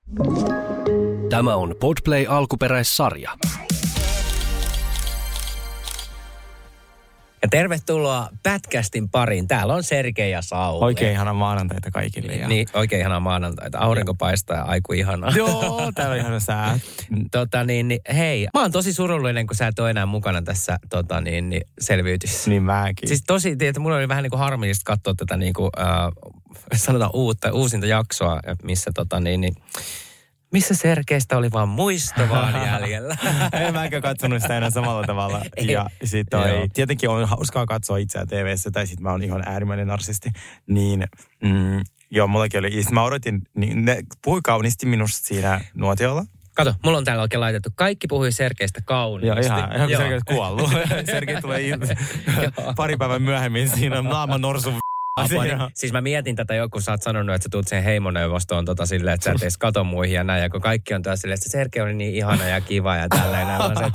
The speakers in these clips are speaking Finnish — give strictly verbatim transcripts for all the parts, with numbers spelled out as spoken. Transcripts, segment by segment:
Tämä on Podplay alkuperäissarja. Ja tervetuloa Pätkästin pariin. Täällä on Sergei ja Sauli. Oikein ihanaa maanantaita kaikille. Ja... Niin, oikein ihanaa maanantaita. Aurinko paistaa ja aiku ihanaa. Joo, täällä on ihana sää. tota niin, niin, hei. Mä oon tosi surullinen, kun sä et ole enää mukana tässä tota niin, niin, selviytyssä. Niin mäkin. Siis tosi, että mulla oli vähän niin kuin harmillista katsoa tätä niin kuin, äh, sanotaan uutta, uusinta jaksoa, missä tota niin, niin missä Sergeistä oli vaan muisto vaan jäljellä. En mäkään katsonut sitä enää samalla tavalla. Ja sit toi, tietenkin on hauskaa katsoa itseään T V:ssä, tai sit mä oon ihan äärimmäinen narsisti. Niin, mm, joo, mullakin oli, mä odotin, niin ne puhui kauniisti minusta siinä nuotiolla. Kato, mulla on täällä oikein laitettu. Kaikki puhui Sergeistä kauniisti. Joo, ihan, ihan kun Sergei on kuollut. Sergei tulee pari päivän myöhemmin siinä naama norsun. Apua, siis mä mietin tätä joku, sä oot sanonut, että sä tuut sen heimoneuvostoon tota silleen, että sä et edes kato muihin ja näin. Ja kun kaikki on taas silleen, että Sergei oli niin ihana ja kiva ja tälleen.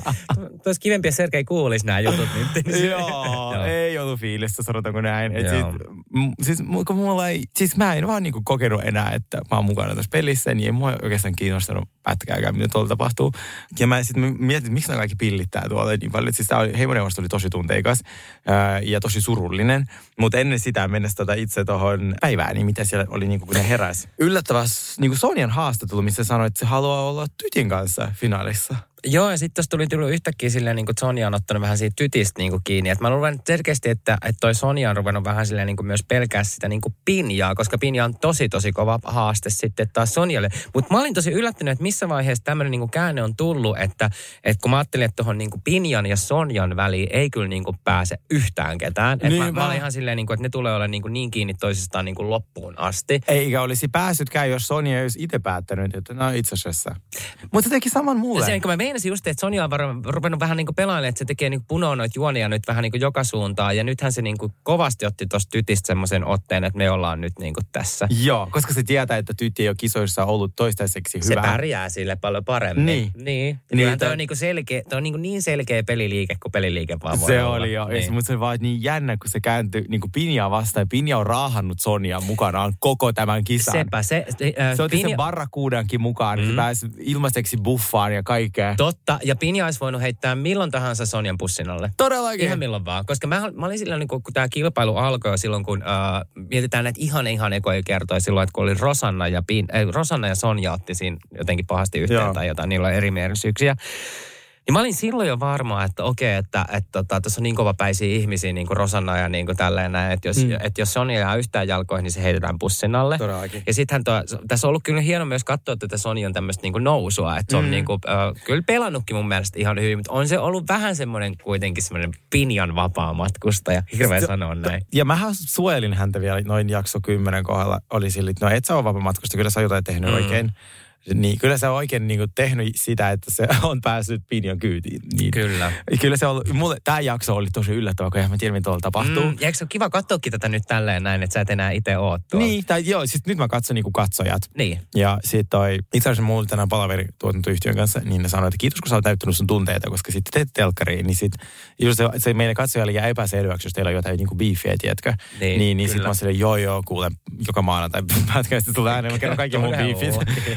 Olisi kivempi, että Sergei kuulisi nämä jutut nyt. Joo, ei ollut fiilistä, sanotaanko näin. Et siis, m- siis, kun mulla ei, siis mä en vaan niinku kokenut enää, että mä oon mukana tässä pelissä, niin ei mua oikeastaan kiinnostanut pätkääkään, mitä tuolla tapahtuu. Ja mä sitten mietin, että miksi nämä kaikki pillittää tuolla niin paljon. Siis tämä heimoneuvosto oli tosi tunteikas ää, ja tosi surullinen, mutta ennen sitä mennessä tota itse tuohon päivään, niin mitä siellä oli, niin kun ne heräsi. Yllättävä niin Sonjan haastattelu, missä sanoi, että se haluaa olla tytin kanssa finaalissa. Joo, ja sitten tuossa tuli tullut yhtäkkiä silleen, niin kuin Sonja on ottanut vähän siitä tytistä niin kuin kiinni. Et mä luulen selkeästi, että, että toi Sonja on ruvennut vähän silleen niin kuin myös pelkää sitä niin kuin Pinjaa, koska Pinja on tosi, tosi kova haaste sitten taas Sonjalle. Mutta mä olin tosi yllättynyt, että missä vaiheessa tämmöinen niin kuin käänne on tullut, että, että kun mä ajattelin, että tuohon niin kuin Pinjan ja Sonjan väliin ei kyllä niin kuin pääse yhtään ketään. Että niin, mä, mä olin ihan silleen, niin kuin, että ne tulee olla niin, kuin niin kiinni toisistaan niin kuin loppuun asti. Eikä olisi päässytkään, jos Sonja ei olisi itse päättänyt, että no itse asiassa. Mutta se teki saman mulle. Se, mä meinasin just, että Sonja on ruvennut vähän niin kuin pelailemaan, että se tekee niin kuin punoa noita juonia nyt vähän niin kuin joka suuntaan. Ja nythän se niin kuin kovasti otti tuosta tytistä semmoisen otteen, että me ollaan nyt niin kuin tässä. Joo, koska se tietää, että tytti ei ole kisoissa ollut toistaiseksi hyvä. Se pärjää sille paljon paremmin. Niin. Niin. niin toi on niin kuin selkeä, toi on niin, kuin niin selkeä peliliike, kuin peliliike vaan voi se olla. Oli jo. Niin. Mutta se oli vaan niin jännä, kun se kääntyi niin kuin Pinjaa vastaan. Pinja on raahannut Sonjaa mukanaan koko tämän kisan. Sepä se. Äh, se otti Pinja... sen barrakuudankin mukaan, mm. se pääsi ilmaiseksi buffaan ja kaikkea. Totta. Ja Pinja olisi voinut heittää milloin tahansa Sonjan pussin alle. Todellakin. Ihan milloin vaan. Koska mä, mä olin silloin, niin kun, kun tämä kilpailu alkoi silloin, kun äh, mietitään näitä ihan ihan ekoja kertoja silloin, että kun oli Rosanna ja, Pin, äh, Rosanna ja Sonja otti siinä jotenkin pahasti yhteen Joo. tai jotain, niillä on erimielisyyksiä. Niin mä olin silloin jo varma, että okei, että että tota, tässä on niin kovapäisiä ihmisiä, niin kuin Rosanna ja niin kuin tälleen näin, että jos, mm. että jos Sonja jää yhtään jalkoihin, niin se heitetään pussin alle. Todellakin. Ja sittenhän tuo, tässä on ollut kyllä hieno myös katsoa tätä Sonjan tämmöistä niin kuin nousua, että se on mm. niin kuin, äh, kyllä pelannutkin mun mielestä ihan hyvin, mutta on se ollut vähän semmoinen kuitenkin semmoinen Pinjan vapaa matkustaja, hirveä sanoa näin. Ja mähän suojelin häntä vielä noin jakso kymmenen kohdalla, oli sille, että no et sä ole vapaa matkustaja, kyllä sä jotain tehnyt mm. oikein. Niin, kyllä se on oikein niin kuin tehnyt sitä, että se on päässyt Pinjan kyytiin. Niin. Kyllä. Kyllä se on, mulle tämä jakso oli tosi yllättävä, kun eihän mä tiedä, mitä tuolla tapahtuu. Mm, ja eikö se ole kiva katsoakin tätä nyt tälleen näin, että sä et enää itse oot tuolla? Niin, tai joo, siis nyt mä katson niin kuin katsojat. Niin. Ja sit toi, itse asiassa mulla tänään palaveri tuotantoyhtiön kanssa, niin ne sanoi, että kiitos kun sä oot täyttänyt sun tunteita, koska sitten teet telkkariin, niin sit, just se, se meille katsojalle jää epäselväksi, jos teillä on jotain niin kuin beefiä, tiedätkö? Niin, niin, niin sit mä oon silleen, joo joo, kuule, joka maanantai pätkästi tulee ääneen, mä kerron kaikki mun beefit.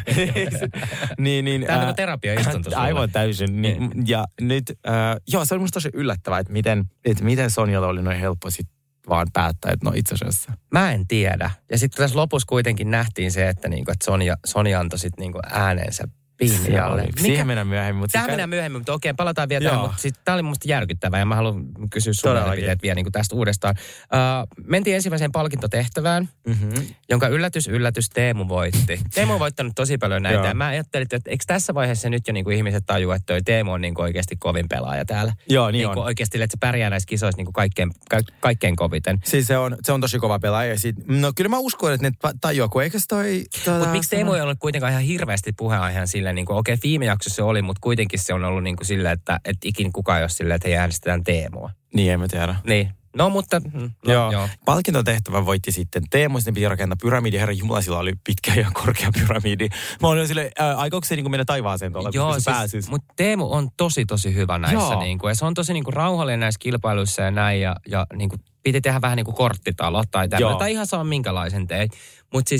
Niin, niin, tämä on äh, terapia-istunto sulle. Aivan täysin. Niin, ja nyt, äh, joo, se oli musta tosi yllättävää, että miten, että miten Sonjalla oli noin helppo sit vaan päättää, että no itse asiassa. Mä en tiedä. Ja sitten tässä lopussa kuitenkin nähtiin se, että, niinku, että Sonja, Sonja antoi sitten niinku äänensä Pinjalle. Siihen mennään myöhemmin. Mutta Tähän mennään myöhemmin, mutta okei, palataan vielä tähän. Mutta siis, tämä oli musta järkyttävää ja mä haluan kysyä sun mielipiteet vielä niin kuin tästä uudestaan. Uh, mentiin ensimmäiseen palkintotehtävään, mm-hmm. jonka yllätys, yllätys Teemu voitti. Teemu on voittanut tosi paljon näitä ja mä ajattelin, että eikö tässä vaiheessa nyt jo niin kuin ihmiset tajua, että toi Teemu on niin kuin oikeasti kovin pelaaja täällä. Joo, niin, niin on. Oikeasti, että se pärjää näissä kisoissa niin kuin kaikkein, ka- kaikkein koviten. Siis se on, se on tosi kova pelaaja. Sit, no kyllä mä uskon, että ne tajuaa, kun eikös toi... Mutta miksi Teemu ei ollut kuitenkaan ihan hirveästi puheenaihean silleen, niin kuin okei, viime jaksossa se oli, mutta kuitenkin se on ollut niin kuin silleen, että, että ikin kukaan ei ole silleen, että he äänestetään Teemua. Niin, en mä tiedä. Niin. No, mutta... No, joo. joo. Palkintotehtävän voitti sitten Teemu, sitten piti rakentaa pyramidi. Herra Jumala, sillä oli pitkä ja korkea pyramidi. Mä olin silleen, äh, aikooko se niin kuin mennä taivaaseen tuolla, joo, kun se siis, pääsisi? Mutta Teemu on tosi, tosi hyvä näissä. Niin kuin, ja se on tosi niin kuin rauhallinen näissä kilpailuissa ja näin. Ja, ja niin kuin, piti tehdä vähän niin kuin korttitalot tai tämmöinen. Tai ihan saa minkälaisen teet. Mutta siis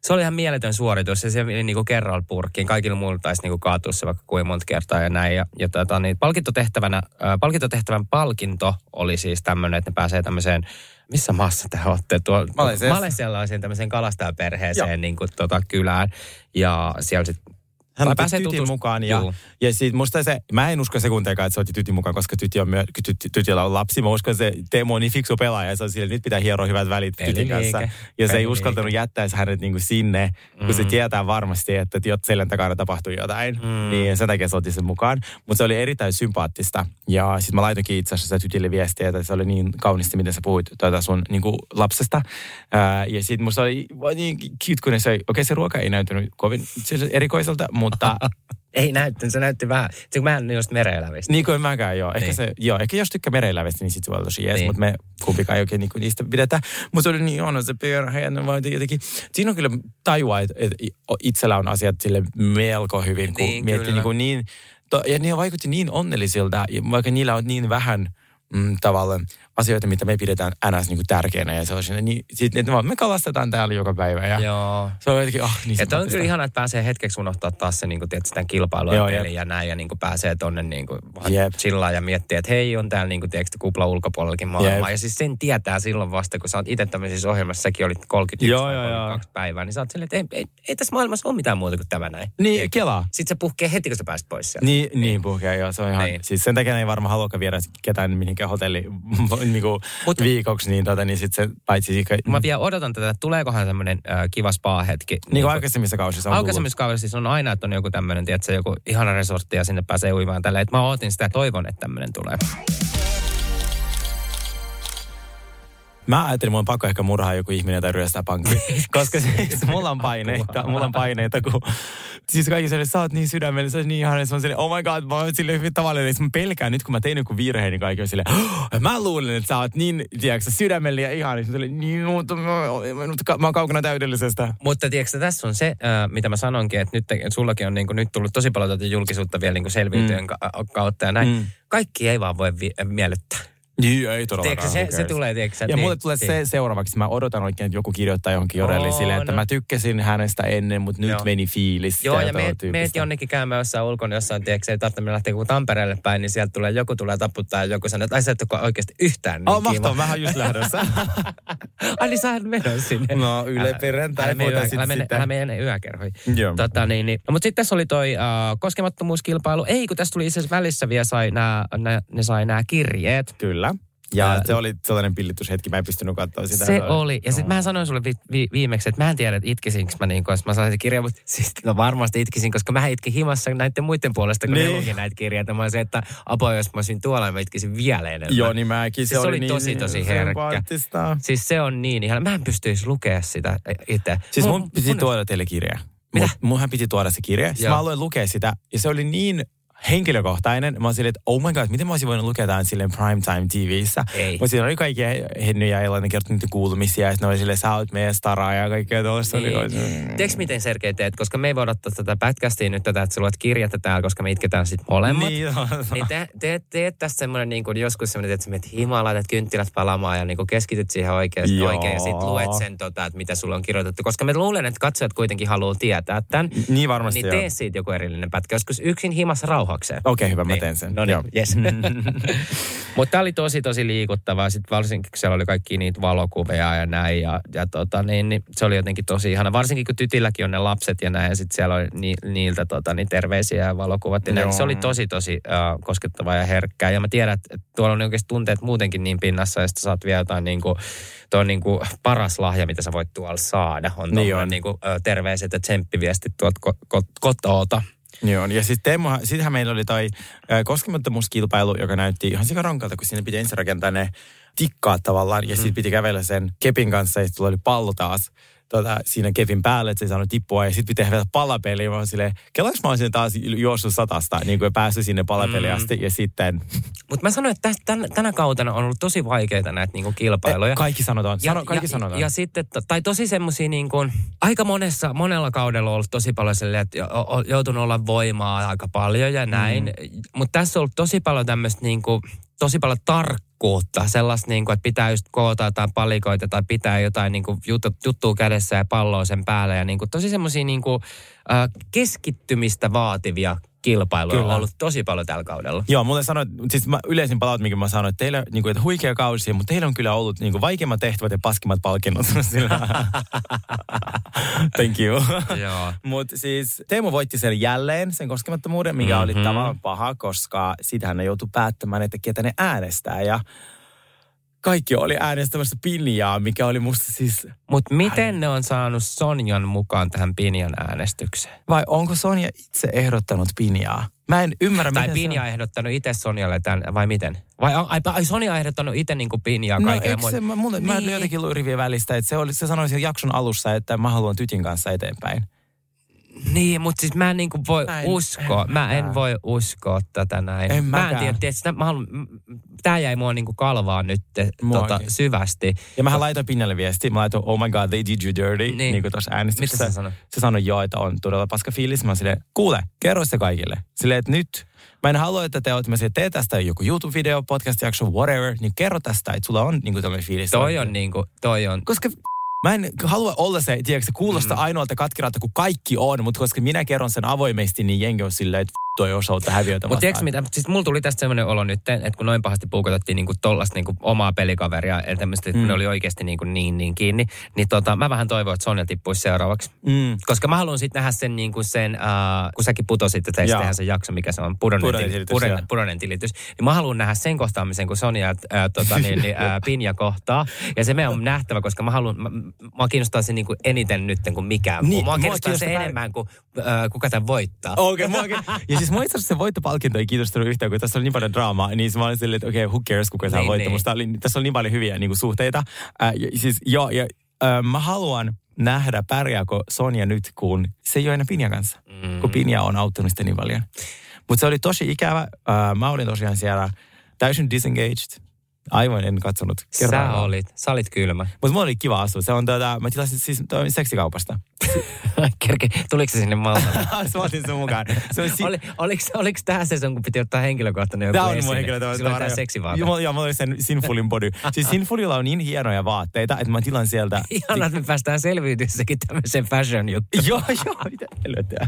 se oli ihan mieletön suoritus. Ja se meni niinku kerralla purkkiin. Kaikilla muilla taisi niinku kaatua se vaikka kuinka monta kertaa ja näin. Ja, ja tota, niin palkintotehtävänä, äh, palkintotehtävän palkinto oli siis tämmöinen, että ne pääsee tämmöiseen, missä maassa te olette? Tuolla malesialaiseen tämmöiseen kalastajaperheeseen niin kuin, tota, kylään. Ja siellä sitten hän otti tytin tutus... mukaan ja, ja sit musta se, mä en usko sekuntiakaan, että se otti tytin mukaan, koska tyti on myö, tyt, tytillä on lapsi. Mä uskon, että se Teemu on niin fiksu pelaaja ja se on sillä, nyt pitää hieroa hyvät välit tytin kanssa. Ja se ei uskaltanut jättäisi hänet niinku sinne, kun mm. se tietää varmasti, että selän takana tapahtui jotain. Mm. Niin sen takia se otti sen mukaan. Mutta se oli erittäin sympaattista. Ja sit mä laitoinkin itse asiassa tytille viestiä, että se oli niin kaunisti, miten sä puhuit tuota sun niinku lapsesta. Ää, ja sit musta oli niin cute, kun ne söi. Okei, se ruoka ei näyttänyt kovin erikoiselta, mutta ei näyttänyt, se näytti vähän. Se kun mä en just mereelävistä. Niin kuin mäkään, joo. Ehkä, niin. se, joo, ehkä jos tykkää mereelävistä, niin sit se voi olla tosi jees, niin. Mutta me kumpikaan ei oikein niin niistä pidetään. Mutta se oli niin ihana se perhe, ja jotenkin. Siinä on kyllä tajua, että, että itsellä on asiat sille melko hyvin, kun niin, miettii niin, kuin niin to, ja ne vaikutti niin onnellisilta, vaikka niillä on niin vähän mm, tavallaan asioita, mitä me pidetään ns. Niin kuin tärkeänä. Ja se on siinä, niin sitten me kalastetaan täällä joka päivä. Ja joo. Se on jotenkin, oh, niin ja on kyllä ihana, että pääsee hetkeksi unohtaa taas se, niin kuin, tiedät, sitä kilpailua ja peliä ja näin. Ja niin kuin pääsee tonne niin kuin, chillaan ja miettii, että hei, on täällä niin kuin, tiedätkö, kupla ulkopuolellakin maailmaa. Ja siis sen tietää silloin vasta, kun sä oot itse tämmöisissä ohjelmassa, säkin olit kolmekymmentäyksi päivää, niin sä oot silleen, että ei, ei, ei tässä maailmassa ole mitään muuta kuin tämä näin. Niin, kelaa. Sitten se puhkee heti, kun sä pääset pois sieltä. Niin, niin, niin puhkee, joo. Se on ihan, niin. Siis sen takia ei varmaan haluakaan viedä ketään mihinkään hotelliin niin kuin viikoksi, niin, tota, niin sitten se paitsi... Sikä... Mä vielä odotan tätä, että tuleekohan semmoinen äh, kiva spa-hetki. Niin, niin kuin aikaisemmissa kausissa on Aikaisemmissa kausissa on aina, että on joku tämmöinen, tiedätkö, joku ihana resortti ja sinne pääsee uimaan tälleen. Että mä ootin sitä ja toivon, että tämmöinen tulee. Mä ajattelin, että mulla on pakko ehkä murhaa joku ihminen tai ryöstää pankki. Koska siis mulla on paineita, mulla on paineita, kun... Siis kaikki se, sä oot niin sydämellinen, sä oot niin ihana, se on silleen, oh my god, mä oon silleen hyvin tavallinen. Mä pelkään nyt, kun mä tein joku virheen, niin kaikki on silleen, oh, mä luulen, että sä oot niin, tiedätkö, sydämellinen ja ihana. Mä olin, niin, mutta mä, mä, mä oon kaukana täydellisestä. Mutta tiedätkö, tässä on se, äh, mitä mä sanonkin, että nyt, sullakin on niin kuin, nyt tullut tosi paljon tätä julkisuutta vielä niin kuin selviytyjen mm. kautta ja näin. Mm. Kaikki ei vaan voi vi- miellyttää. Niin, ei todellakaan. Se, se tulee, tiedätkö? Ja mulle tulee se seuraavaksi. Mä odotan oikein, että joku kirjoittaa johonkin Jorelle silleen, että no. mä tykkäsin hänestä ennen, mutta nyt Joo. meni fiilis. Joo, ja meet, meet jonnekin käymään jossain ulkona, jossain, tiedätkö, ei tarvitse lähteä kuin Tampereelle päin, niin sieltä tulee, joku tulee taputtaa ja joku sanoo, että ai sä et ole oikeasti yhtään niin oh, kiva. Oh, vähän just lähdössä. ai niin sä et menossa sinne. No, Yle perjantai. Älä mene yökerhoihin. Tota, niin, niin. No, mutta sitten tässä oli toi uh, koskemattomuuskilpailu. Ei, kun tässä tuli itse asiassa välissä vielä sai nää, nää, ne sai nämä kirjeet. Kyllä. Ja Ää, se oli sellainen pillityshetki, mä en pystynyt katsoa sitä. Se oli. Ja sitten mä sanoin sulle vi, vi, viimeksi, että mä en tiedä, että itkisinkö mä niin, koska mä sain se kirja, mutta siis no varmasti itkisin, koska mä itkin himassa näiden muiden puolesta, kun niin. ne luki näitä kirjeitä. Mä olisin, että apua, jos mä olisin tuolla, niin mä itkisin vielä enemmän. Joo, niin mäkin. Se, siis oli, oli niin, tosi, tosi herkkä. Siis se on niin ihana. Mä en pystyisi lukea sitä itse. Siis mun, mun piti mun... tuoda teille kirja. Mitä? Munhan piti tuoda se kirja. Siis mä aloin lukea sitä, ja se oli niin... henkilökohtainen. Mä oon silleen, että oh my god, miten mä olisin voinut lukea tämän silleen primetime T V:ssä. Mutta siinä oli kaikkia Henny ja Elainen kertoi niitä kuulumisia ja sitten oli silleen, sä oot meidän stara ja kaikkea tuossa. Niin. Mm. Tiedätkö miten Sergei teet? Koska me ei voida ottaa tätä podcastia nyt tätä, että sä luet kirjata täällä, koska me itketään sitten molemmat. Niin, no, no. Niin te, te, teet tästä semmoinen niin kuin joskus semmoinen, että sä menet himaan, laitat kynttilät palamaan ja niin kuin keskityt siihen oikeasti oikein ja sitten luet sen, tota, että mitä sulla on kirjoitettu. Koska me luulen, että katsojat kuitenkin haluaa tietää tämän. Niin varmasti Niin tee siitä joku erillinen pätkä. Joskus yksin himassa rauhakseen. Okei, okay, hyvä. Mä teen sen. No niin, yes. Mutta tää oli tosi, tosi liikuttavaa. Sitten varsinkin, kun siellä oli kaikki niitä valokuvia ja näin. Ja, ja tota, niin, niin, se oli jotenkin tosi ihana. Varsinkin, kun tytilläkin on ne lapset ja näin. Ja sitten siellä oli ni, niiltä tota, niin terveisiä ja valokuvat. Ja näin. Se oli tosi, tosi äh, koskettavaa ja herkkää. Ja mä tiedän, että tuolla on oikeasti tunteet muutenkin niin pinnassa. Ja sitten saat vielä jotain niin kuin, tuo on niin kuin paras lahja, mitä sä voit tuolla saada. On niin on. Niin kuin, äh, terveiset ja tsemppiviestit tuolta ko- ko- kotoota. Joo, ja sitten sittenhän meillä oli toi äh, koskemattomuuskilpailu, joka näytti ihan sikaronkalta, kun sinne piti ensin rakentaa ne tikkaat tavallaan, ja mm. sitten piti kävellä sen kepin kanssa, ja sitten oli pallo taas tota, siinä kepin päälle, että se ei saanut tippua, ja sitten piti tehdä palapeliä, ja mä oon silleen, kelloinko mä olisin taas juossut satasta, niin kuin päässyt sinne palapeliin asti, mm. ja sitten... Mutta mä sanoin, että tästä, tänä, tänä kautena on ollut tosi vaikeita näitä niin kuin kilpailuja. E, kaikki sanotaan, Sano, ja, kaikki ja, sanotaan. Ja sitten, tai tosi semmosia niin kuin, aika monessa, monella kaudella on ollut tosi paljon silleen, että on joutunut olla voimaa aika paljon ja näin, mm. mutta tässä on ollut tosi paljon tämmöistä niin kuin, tosi paljon tarkkaa arkuutta, sellaista niin kuin, että pitää just koota jotain palikoita tai pitää jotain niin kuin juttu, juttua kädessä ja palloa sen päälle ja niin kuin, tosi semmoisia niin kuin, äh, keskittymistä vaativia kilpailuja Kyllä. on ollut tosi paljon tällä kaudella. Joo, mulle sanoit, siis mä yleisin palaut, mikä mä sanoin, että teillä niin kuin, että huikea kausi, mutta teillä on kyllä ollut niin kuin, vaikeimmat tehtävät ja paskimmat palkinnot. Thank you. Joo. Mutta siis Teemu voitti sen jälleen, sen koskemattomuuden, mikä mm-hmm. oli tavallaan paha, koska sitähän ne joutui päättämään, että ketä ne äänestää. Ja kaikki oli äänestämässä Pinjaa, mikä oli musta siis... Mutta miten ne on saanut Sonjan mukaan tähän Pinjan äänestykseen? Vai onko Sonja itse ehdottanut Pinjaa? Mä en ymmärrä, tai miten Pinja on ehdottanut itse Sonjalle tämän, vai miten? Vai ai, ai Sonja on ehdottanut itse niinku Pinjaa kaikille muille? No eikö se, mulle, niin. Mä jotenkin luin rivien välistä, että se, oli, se sanoi sen jakson alussa, että mä haluan tytin kanssa eteenpäin. Niin, mutta siis mä en niinku voi mä en, uskoa. En, mä en mä. voi uskoa tätä näin. En mä en tiedä, tietysti, mä haluan, tää jäi mua niinku kalvaa nyt tota, syvästi. Ja mähän laitoin Pinjalle viesti. Mä laitoin, oh my god, they did you dirty. Niin, niin kuin tuossa äänestyksessä. Mitä se sanoi? Se sanoi joo, että on todella paska fiilis. Mä silleen, kuule, kerro se kaikille. Silleen, että nyt, mä en halua, että te olette, mä silleen, tee tästä joku YouTube-video, podcast-jakso, whatever. Niin kerro tästä, että sulla on niinku tämmöinen fiilis. Toi on niinku, toi on. Koska... Mä en halua olla se, tiedätkö, se kuulostaa mm. ainoalta katkeralta, kun kaikki on, mutta koska minä kerron sen avoimesti, niin jengi on silleen, että toi osalta häviöitä vastaan. Mutta tiedätkö mitä, siis mulla tuli tästä semmoinen olo nyt, että kun noin pahasti puukotettiin niinku tollasta niinku omaa pelikaveria, ja tämmöistä, että mm. ne oli oikeasti niinku niin niin kiinni, niin tota, mä vähän toivon, että Sonja tippuisi seuraavaksi. Mm. Koska mä haluan sitten nähdä sen, niinku sen uh, kun säkin putosit, että teistä tehdään se jakso, mikä se on, pudonen tilitys, pudonen, pudonen tilitys, niin mä haluan nähdä sen kohtaamisen, kun Sonja äh, tota, niin, niin, äh, Pinja kohtaa, ja se meidän on nähtävä, koska mä haluan, mä, mä kiinnostaa se niinku eniten nyt kuin mikään. Niin, mua kiinnostaa se vä... enemmän kuin äh, kuka tämän voittaa. Okei, okay, ja siis mua itse asiassa se voittopalkinto ei kiinnostunut yhtään, kun tässä oli niin paljon draamaa, niin mä olin silleen, että okei, okay, who cares, kuka saa niin, voittaa. Musta oli, tässä oli niin paljon hyviä niin kuin, suhteita. Äh, ja, siis joo, ja äh, mä haluan nähdä, pärjääkö Sonja nyt, kun se ei ole aina Pinjan kanssa. Mm. Kun Pinja on auttanut sitä niin paljon. Mutta se oli tosi ikävä. Äh, mä olin tosiaan siellä täysin disengaged. Aivan en katsonut. Kerran. Sä olit, sä olit kylmä. Mutta mulla oli kiva asua. Se on tuota, mä tilasin siis seksikaupasta. Kerke, tuliko se sinne Maltalle? Mä otin sun mukaan. Se si- Oli, oliko, oliko tämä se sun, kun piti ottaa henkilökohtainen joku esine? Tämä on mun henkilökohtainen. Sulla oli tämä seksivaate. Joo, joo, mulla oli sen Sinfulin body. Siis Sinfulilla on niin hienoja vaatteita, että mä tilan sieltä... Ihanaa, että me päästään selviytyssäkin tämmöisen fashion juttu. Joo, joo, mitä helvettiä.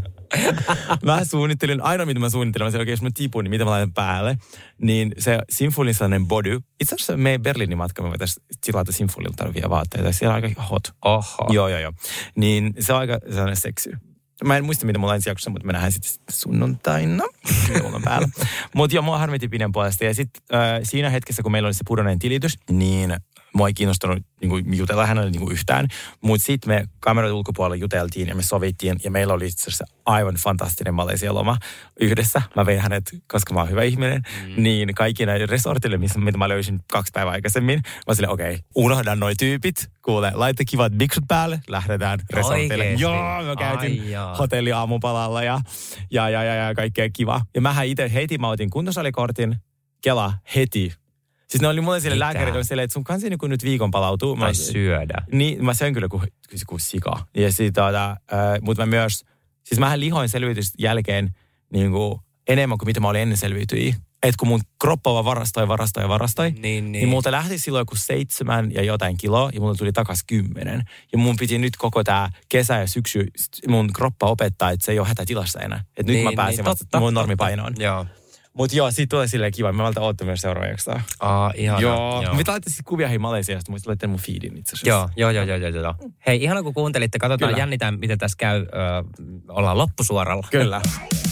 Mä suunnittelin, ainoa mitä mä suunnittelin, mä sanoin, okei, jos mä tipun, niin mitä mä laitan päälle. Niin se Sinfulin sellainen body. Itse asiassa meidän Berliinin matka, me voitaisiin tilata Sinfulilta vielä vaatteita. Siellä on aika hot. Oho. Joo, joo, joo. Niin se on aika sellainen seksy. Mä en muista, mitä mulla on ensi jaksossa, mutta me nähdään sitten sunnuntaina. Mulla on päällä. Mutta joo, mua harmitti Pinjan puolesta. Ja sitten äh, siinä hetkessä, kun meillä oli se pudonen tilitys, niin mua ei kiinnostunut niin kuin, jutella hänelle niin kuin yhtään. Mutta sitten me kameroiden ulkopuolella juteltiin ja me sovittiin. Ja meillä oli itse asiassa aivan fantastinen Malesia-loma yhdessä. Mä vein hänet, koska mä oon hyvä ihminen, mm. niin kaikki näiden resortille, missä, mitä mä löysin kaksi päivää aikaisemmin. Mä silleen, okei, okay, unohdan noi tyypit. Kuule, laita kivat biksut päälle, lähdetään resortille. Oikeesti? Joo, mä käytin hotelli aamupalalla ja, ja, ja, ja, ja kaikkea kiva. Ja mähän itse heti, mä otin kuntosalikortin, Kela heti. Siis ne oli mulle sille lääkärille silleen, että sun kanssa niin nyt viikon palautuu. Tai syödä. Niin, mä söin kyllä kuin, kuin sika. Ja sit, tota, äh, mutta mä myös, siis mähän lihoin selviytys jälkeen niin kuin enemmän kuin mitä mä olin ennen selviytyjiä. Että kun mun kroppa vaan varastoi, varastoi ja varastoi, niin, niin. niin multa lähti silloin joku seitsemän ja jotain kiloa, ja mulla tuli takas kymmenen. Ja mun piti nyt koko tää kesä ja syksy mun kroppa opettaa, että se ei ole hätätilassa enää. Että nyt niin, mä pääsen niin, totta, mun normipainoon. Joo. Mutta joo, siitä tulee silleen kiva. Mä valta ootte myös seuraavaksi. Aa, ihana. Joo. joo. Mitä laitte siis kuvia hei Malesiasta? Muista laitte mun feedin itse asiassa. Joo, joo, joo, joo, joo, joo. Hei, ihana kun kuuntelitte. Katsotaan, Kyllä. jännitään, miten tässä käy. Ö, ollaan loppusuoralla. Kyllä.